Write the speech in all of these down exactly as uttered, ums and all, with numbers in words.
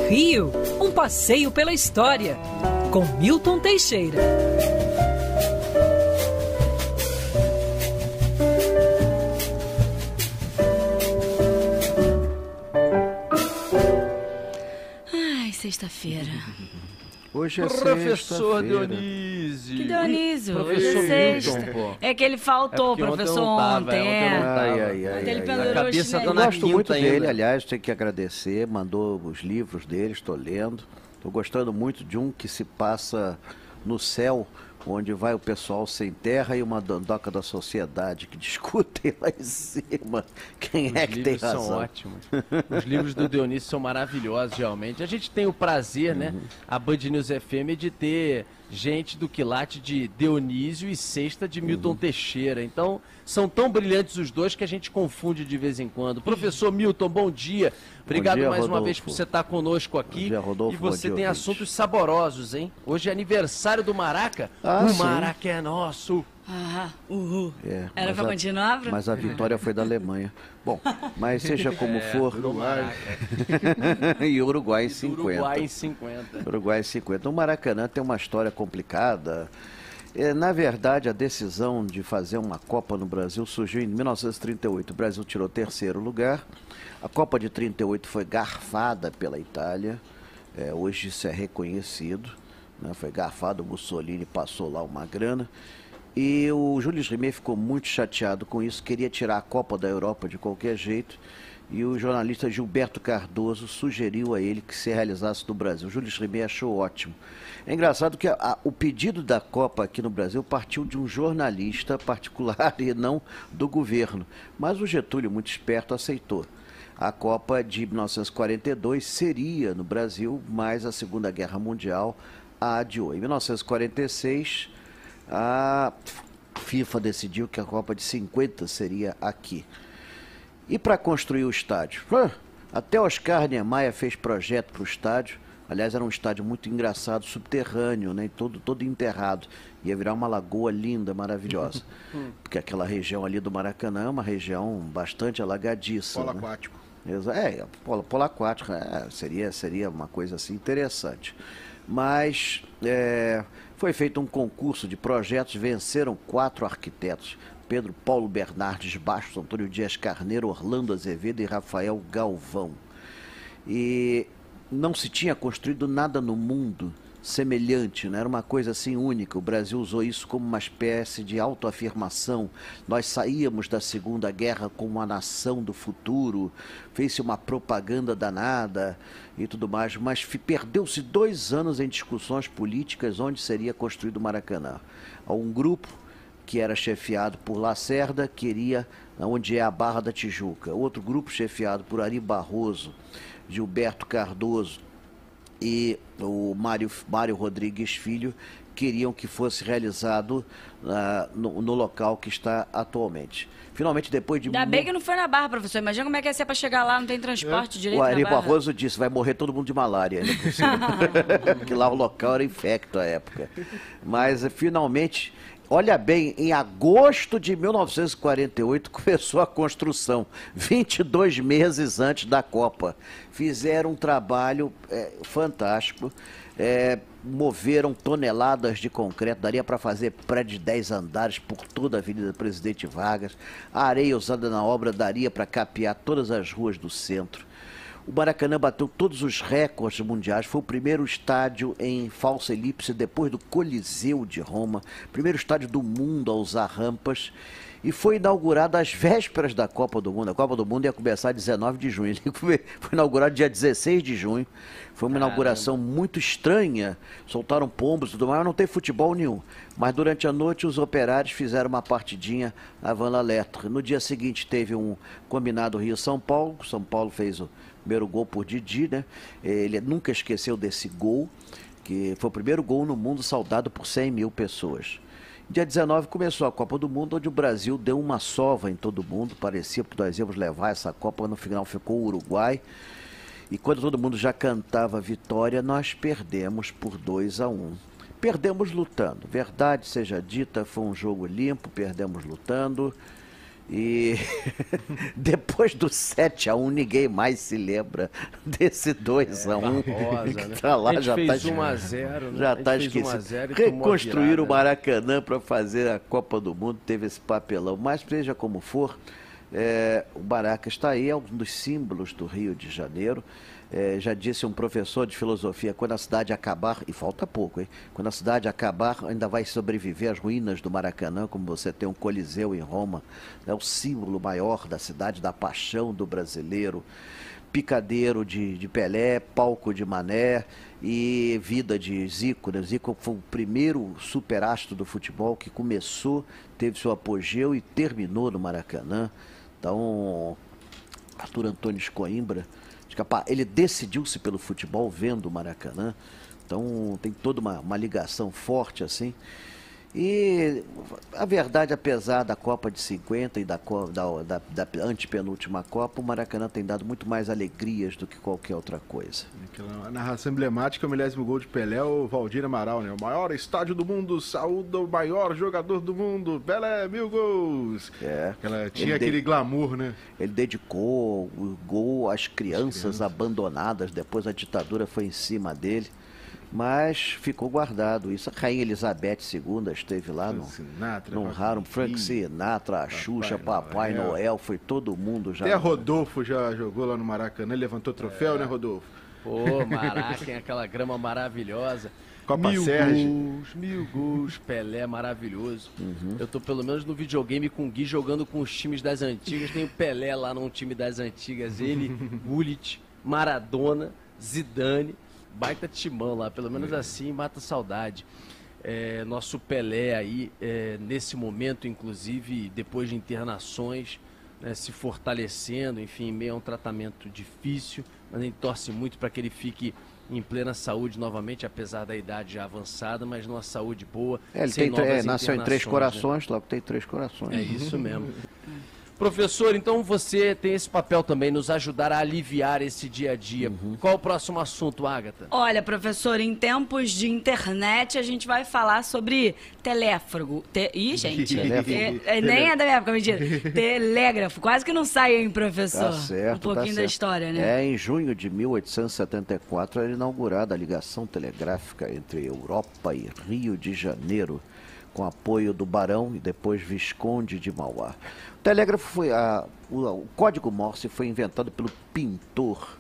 Rio, um passeio pela história, com Milton Teixeira. Ai, sexta-feira. Hoje é Professor sexta-feira. Dionísio. Que Dionísio? Professor Hoje é sexta. Milton, pô. É que ele faltou, É porque ontem eu professor, não tava, ontem. ontem eu É. não tava. Ai, ai, ai, Ontem ele ai, ai. pendurou A cabeça o tá Eu na chinelo. gosto muito quinta dele, ainda. aliás, tenho que agradecer, mandou os livros dele, estou lendo. Estou gostando muito de um que se passa no céu, onde vai o pessoal sem terra e uma dondoca da sociedade que discutem lá em cima quem Os é que tem livros são razão. ótimos. Os livros do Dionísio são maravilhosos, realmente. A gente tem o prazer, né, a Band News F M, de ter gente do quilate de Dionísio e Sexta de Milton Teixeira. Então, são tão brilhantes os dois que a gente confunde de vez em quando. Professor Milton, bom dia. Obrigado dia, mais uma Rodolfo. vez por você estar conosco aqui. Bom dia, Rodolfo. E você Bom dia, tem ouvinte. assuntos saborosos, hein? Hoje é aniversário do Maraca. Ah, o sim. Maraca é nosso. Ah, uhul. É, Era mas pra a- continuar, Bruno? Mas a vitória foi da Alemanha. Bom, mas seja como É, for, do Maraca. e Uruguai em Do cinquenta. Uruguai em cinquenta. Uruguai em cinquenta. O Maracanã tem uma história complicada. É, na verdade, a decisão de fazer uma Copa no Brasil surgiu em mil novecentos e trinta e oito. O Brasil tirou terceiro lugar. A Copa de trinta e oito foi garfada pela Itália. É, hoje isso é reconhecido, né? Foi garfado, o Mussolini passou lá uma grana. E o Jules Rimet ficou muito chateado com isso, queria tirar a Copa da Europa de qualquer jeito. E o jornalista Gilberto Cardoso sugeriu a ele que se realizasse no Brasil. O Jules Rimet achou ótimo. É engraçado que a- a- o pedido da Copa aqui no Brasil partiu de um jornalista particular e não do governo. Mas o Getúlio, muito esperto, aceitou. A Copa de mil novecentos e quarenta e dois seria no Brasil, mas a Segunda Guerra Mundial a adiou. Em mil novecentos e quarenta e seis, a FIFA decidiu que a Copa de cinquenta seria aqui. E para construir o estádio? Ah, Até Oscar Niemeyer fez projeto para o estádio. Aliás, era um estádio muito engraçado, subterrâneo, né? todo, todo enterrado. Ia virar uma lagoa linda, maravilhosa. Porque aquela região ali do Maracanã é uma região bastante alagadiça. Polo né? aquático. Exa- É, polo, polo aquático, é, seria, seria uma coisa assim interessante. Mas é, foi feito um concurso de projetos, venceram quatro arquitetos. Pedro Paulo Bernardes Bastos, Antônio Dias Carneiro, Orlando Azevedo e Rafael Galvão. E não se tinha construído nada no mundo semelhante, né? Era uma coisa assim única. O Brasil usou isso como uma espécie de autoafirmação. Nós saíamos da Segunda Guerra como uma nação do futuro, fez-se uma propaganda danada e tudo mais, mas fi- perdeu-se dois anos em discussões políticas onde seria construído o Maracanã. Um grupo que era chefiado por Lacerda, queria onde é a Barra da Tijuca. Outro grupo chefiado por Ari Barroso, Gilberto Cardoso e o Mário, Mário Rodrigues Filho queriam que fosse realizado ah, no, no local que está atualmente. Finalmente, depois de... Ainda mu- bem que não foi na Barra, professor. Imagina como é que é ser pra chegar lá, não tem transporte direito O na Ari Barra. Barroso disse, vai morrer todo mundo de malária. Ainda por cima. Porque lá o local era infecto à época. Mas, eh, finalmente, olha bem, em agosto de mil novecentos e quarenta e oito começou a construção, vinte e dois meses antes da Copa. Fizeram um trabalho eh, fantástico, eh, moveram toneladas de concreto, daria para fazer prédio de dez andares por toda a Avenida Presidente Vargas. A areia usada na obra daria para capear todas as ruas do centro. O Maracanã bateu todos os recordes mundiais, foi o primeiro estádio em falsa elipse depois do Coliseu de Roma, primeiro estádio do mundo a usar rampas, e foi inaugurado às vésperas da Copa do Mundo. A Copa do Mundo ia começar dezenove de junho, ele foi foi inaugurado dia dezesseis de junho, foi uma inauguração muito estranha, soltaram pombos e tudo mais, mas não tem futebol nenhum. Mas durante a noite os operários fizeram uma partidinha à Van La Lettre. No dia seguinte teve um combinado Rio-São Paulo, São Paulo fez o primeiro gol por Didi, né? Ele nunca esqueceu desse gol, que foi o primeiro gol no mundo saudado por cem mil pessoas. Dia dezenove começou a Copa do Mundo, onde o Brasil deu uma sova em todo mundo, parecia que nós íamos levar essa Copa, no final ficou o Uruguai. E quando todo mundo já cantava vitória, nós perdemos por dois a um. Perdemos lutando, verdade seja dita, foi um jogo limpo, perdemos lutando. E depois do sete a um, ninguém mais se lembra desse dois a um. Barbosa, que né? tá lá, A gente já fez tá, um a zero, né? já A gente tá fez um a esquecido. zero e tomou a Reconstruir o virada. Maracanã para fazer a Copa do Mundo, teve esse papelão. Mas seja como for, é, o Maraca está aí, é um dos símbolos do Rio de Janeiro. É, já disse um professor de filosofia, quando a cidade acabar, e falta pouco, hein? Quando a cidade acabar, ainda vai sobreviver as ruínas do Maracanã, como você tem um Coliseu em Roma, é o símbolo maior da cidade, da paixão do brasileiro, picadeiro de, de Pelé, palco de Mané e vida de Zico, né? Zico foi o primeiro superastro do futebol que começou, teve seu apogeu e terminou no Maracanã. Então, Arthur Antônio de Coimbra, ele decidiu-se pelo futebol vendo o Maracanã, então tem toda uma, uma ligação forte assim. E a verdade, apesar da Copa de cinquenta e da, da, da, da antepenúltima Copa, o Maracanã tem dado muito mais alegrias do que qualquer outra coisa. Aquela narração emblemática, o milésimo gol de Pelé, o Valdir Amaral, né? O maior estádio do mundo, saúde o maior jogador do mundo, Pelé, mil gols. É. Ela tinha Ele aquele de... glamour, né? Ele dedicou o gol às crianças, crianças abandonadas, depois a ditadura foi em cima dele. Mas ficou guardado isso. A Rainha Elizabeth segunda esteve lá no, Sinatra, no Harum. Frank Sinatra, a Xuxa, Papai Noel. Noel, foi todo mundo já. Até Rodolfo já jogou lá no Maracanã, levantou troféu, é. né, Rodolfo? Pô, Maraca, aquela grama maravilhosa. Copa mil Sérgio. gols, mil gols, Pelé maravilhoso. Uhum. Eu tô pelo menos no videogame com o Gui jogando com os times das antigas. Tem o Pelé lá num time das antigas. Ele, Gullit, Maradona, Zidane. Baita timão lá, pelo menos assim mata saudade. É, nosso Pelé aí, é, nesse momento, inclusive, depois de internações, né, se fortalecendo, enfim, em meio a um tratamento difícil, mas a gente torce muito para que ele fique em plena saúde novamente, apesar da idade já avançada, mas numa saúde boa. É, ele sem tem, é, novas nasceu em Três Corações, né? logo tem Três Corações. É isso mesmo. Professor, então você tem esse papel também, nos ajudar a aliviar esse dia a dia. Uhum. Qual o próximo assunto, Ágata? Olha, professor, em tempos de internet a gente vai falar sobre teléfrago. Te... Ih, gente, te... nem é da minha época, mentira. Telégrafo, quase que não sai, hein, professor? Tá certo, um pouquinho tá da certo. história, né? É, em junho de mil oitocentos e setenta e quatro era inaugurada a ligação telegráfica entre Europa e Rio de Janeiro, com apoio do Barão e depois Visconde de Mauá. O telégrafo foi a, o, o código Morse foi inventado pelo pintor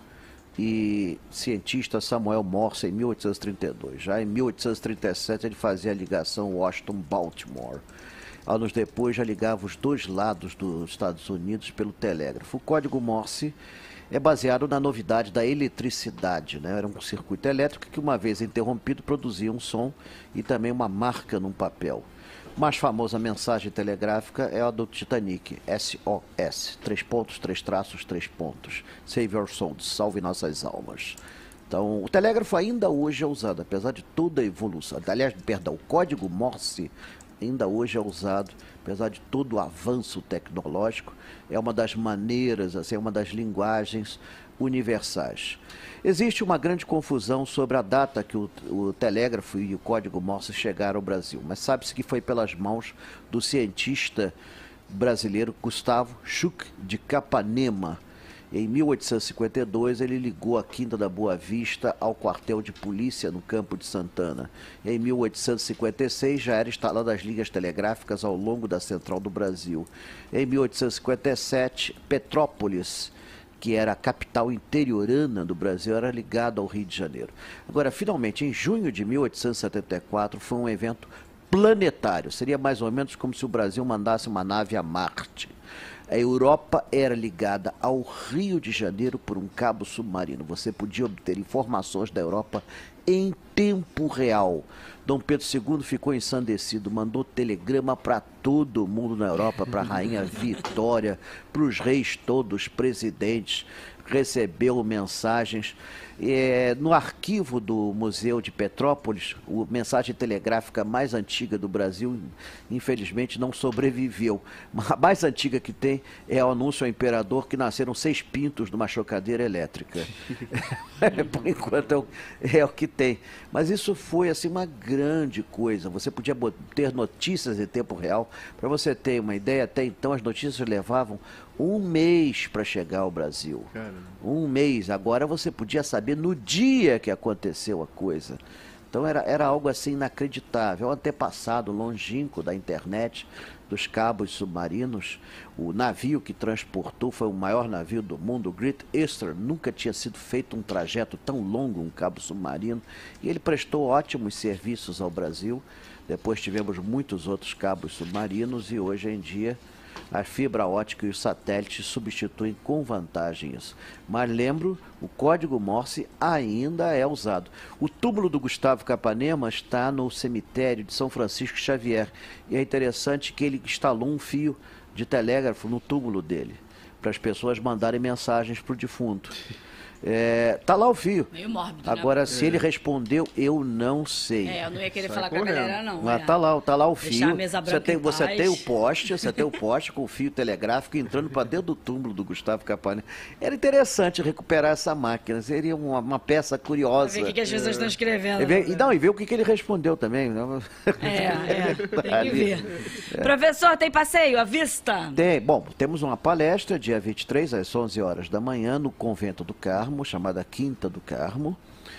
e cientista Samuel Morse em mil oitocentos e trinta e dois. Já em mil oitocentos e trinta e sete ele fazia a ligação Washington-Baltimore. Anos depois já ligava os dois lados dos Estados Unidos pelo telégrafo. O código Morse é baseado na novidade da eletricidade, né? Era um circuito elétrico que, uma vez interrompido, produzia um som e também uma marca num papel. A mais famosa mensagem telegráfica é a do Titanic, S O S, três pontos, três traços, três pontos. Save your souls, salve nossas almas. Então, o telégrafo ainda hoje é usado, apesar de toda a evolução. Aliás, perdão, o código Morse ainda hoje é usado, apesar de todo o avanço tecnológico, é uma das maneiras, assim, é uma das linguagens universais. Existe uma grande confusão sobre a data que o, o telégrafo e o código Morse chegaram ao Brasil, mas sabe-se que foi pelas mãos do cientista brasileiro Gustavo Schuch de Capanema. Em mil oitocentos e cinquenta e dois, ele ligou a Quinta da Boa Vista ao quartel de polícia no Campo de Santana. Em mil oitocentos e cinquenta e seis, já era instalada as linhas telegráficas ao longo da Central do Brasil. Em mil oitocentos e cinquenta e sete, Petrópolis, que era a capital interiorana do Brasil, era ligada ao Rio de Janeiro. Agora, finalmente, em junho de mil oitocentos e setenta e quatro, foi um evento planetário. Seria mais ou menos como se o Brasil mandasse uma nave a Marte. A Europa era ligada ao Rio de Janeiro por um cabo submarino. Você podia obter informações da Europa em tempo real. Dom Pedro segundo ficou ensandecido, mandou telegrama para todo mundo na Europa, para a Rainha Vitória, para os reis todos, presidentes, recebeu mensagens. É, no arquivo do Museu de Petrópolis, a mensagem telegráfica mais antiga do Brasil, infelizmente, não sobreviveu. A mais antiga que tem é o anúncio ao imperador que nasceram seis pintos numa chocadeira elétrica. Por enquanto é o, é o que tem. Mas isso foi assim uma grande coisa. Você podia ter notícias em tempo real. Para você ter uma ideia, até então as notícias levavam um mês para chegar ao Brasil. Caramba. Um mês. Agora você podia saber no dia que aconteceu a coisa. Então era, era algo assim inacreditável. O antepassado longínquo da internet, dos cabos submarinos, o navio que transportou foi o maior navio do mundo, o Great Eastern. Nunca tinha sido feito um trajeto tão longo, um cabo submarino. E ele prestou ótimos serviços ao Brasil. Depois tivemos muitos outros cabos submarinos e hoje em dia a fibra ótica e os satélites substituem com vantagem isso. Mas lembro, o código Morse ainda é usado. O túmulo do Gustavo Capanema está no cemitério de São Francisco Xavier. E é interessante que ele instalou um fio de telégrafo no túmulo dele, para as pessoas mandarem mensagens para o defunto. É, tá lá o fio. Meio mórbido, Agora, né? se é. ele respondeu, eu não sei. É, eu não ia querer Sai falar correndo. com a galera, não. Mas é. tá lá, tá lá o Deixar fio. a mesa Você branca tem, em você paz. tem o poste, você tem o poste com o fio telegráfico entrando para dentro do túmulo do Gustavo Capanema. Era interessante recuperar essa máquina, seria uma, uma peça curiosa. Pra ver o que, que as pessoas estão escrevendo. E, ver, né? e, não, e ver o que, que ele respondeu também. É, é, tem que ver. É. Professor, tem passeio à vista? Tem, bom, temos uma palestra dia vinte e três às onze horas da manhã no Convento do Carmo, chamada Quinta do Carmo.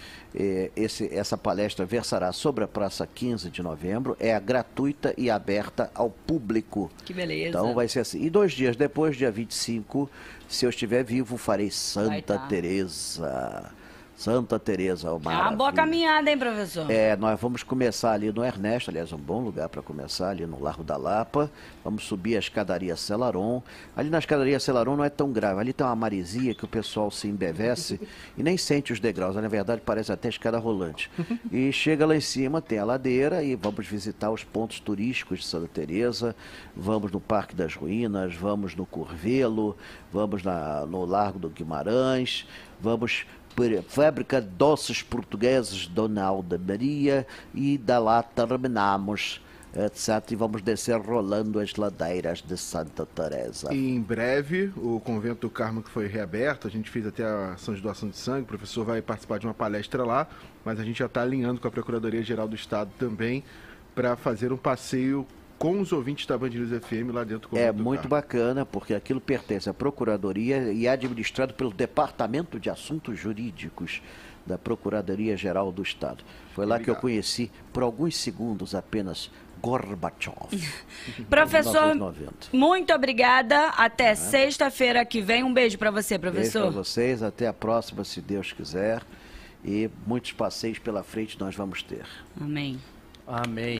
Esse, essa palestra versará sobre a Praça quinze de novembro, é gratuita e aberta ao público. Que beleza. Então vai ser assim. E dois dias depois, dia vinte e cinco, se eu estiver vivo, farei Santa tá. Teresa. Santa Teresa, o É uma boa caminhada, hein, professor? É, nós vamos começar ali no Ernesto, aliás, é um bom lugar para começar, ali no Largo da Lapa. Vamos subir a escadaria Celaron. Ali na escadaria Celaron não é tão grave. Ali tem uma maresia que o pessoal se embevece e nem sente os degraus. Na verdade, parece até escada rolante. E chega lá em cima, tem a ladeira e vamos visitar os pontos turísticos de Santa Teresa. Vamos no Parque das Ruínas, vamos no Curvelo, vamos na, no Largo do Guimarães, vamos Fábrica de Doces Portugueses Dona Alda Maria e da lá terminamos, etcétera. E vamos descer rolando as ladeiras de Santa Teresa. E em breve, o Convento do Carmo que foi reaberto, a gente fez até a ação de doação de sangue, o professor vai participar de uma palestra lá, mas a gente já está alinhando com a Procuradoria-Geral do Estado também para fazer um passeio com os ouvintes da Band News F M lá dentro do Convento É do muito Carmo. bacana, porque aquilo pertence à Procuradoria e é administrado pelo Departamento de Assuntos Jurídicos da Procuradoria-Geral do Estado. Foi lá Obrigado. que eu conheci, por alguns segundos apenas, Gorbachev. Professor, mil novecentos e noventa. muito obrigada. Até sexta-feira que vem. Um beijo pra você, Beijo professor. para vocês, até a próxima, se Deus quiser. E muitos passeios pela frente nós vamos ter. Amém. Amém.